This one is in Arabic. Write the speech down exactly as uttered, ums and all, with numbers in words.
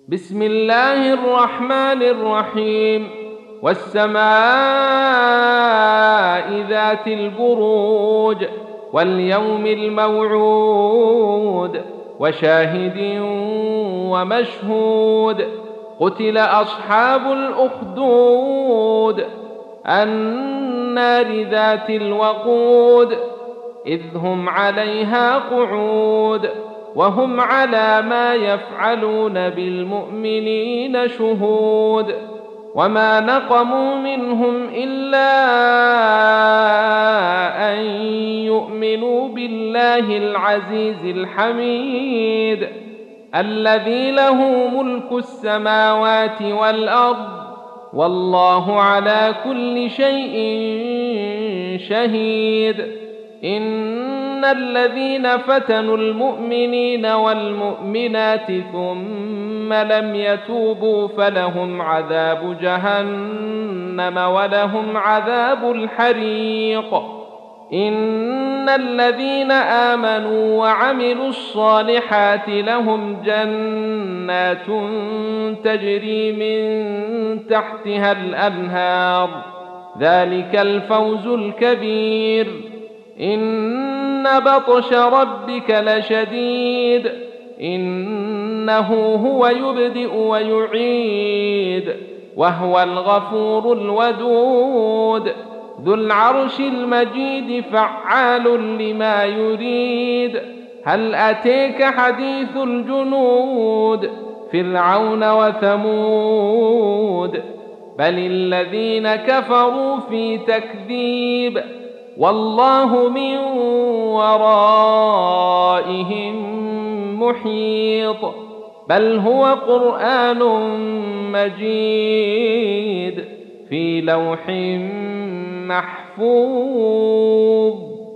بسم الله الرحمن الرحيم. والسماء ذات البروج واليوم الموعود وشاهد ومشهود. قتل أصحاب الأخدود النار ذات الوقود إذ هم عليها قعود وهم على ما يفعلون بالمؤمنين شهود. وما نقموا منهم إلا أن يؤمنوا بالله العزيز الحميد الذي له ملك السماوات والأرض والله على كل شيء شهيد. إن الذين فتنوا المؤمنين والمؤمنات ثم لم يتوبوا فلهم عذاب جهنم ولهم عذاب الحريق. إن الذين آمنوا وعملوا الصالحات لهم جنات تجري من تحتها الأنهار ذلك الفوز الكبير. إن بطش ربك لشديد إنه هو يبدئ ويعيد وهو الغفور الودود ذو العرش المجيد فعال لما يريد. هل أتيك حديث الجنود فرعون وثمود بل الذين كفروا في تكذيب والله من ورائهم محيط. بل هو قرآن مجيد في لوح محفوظ.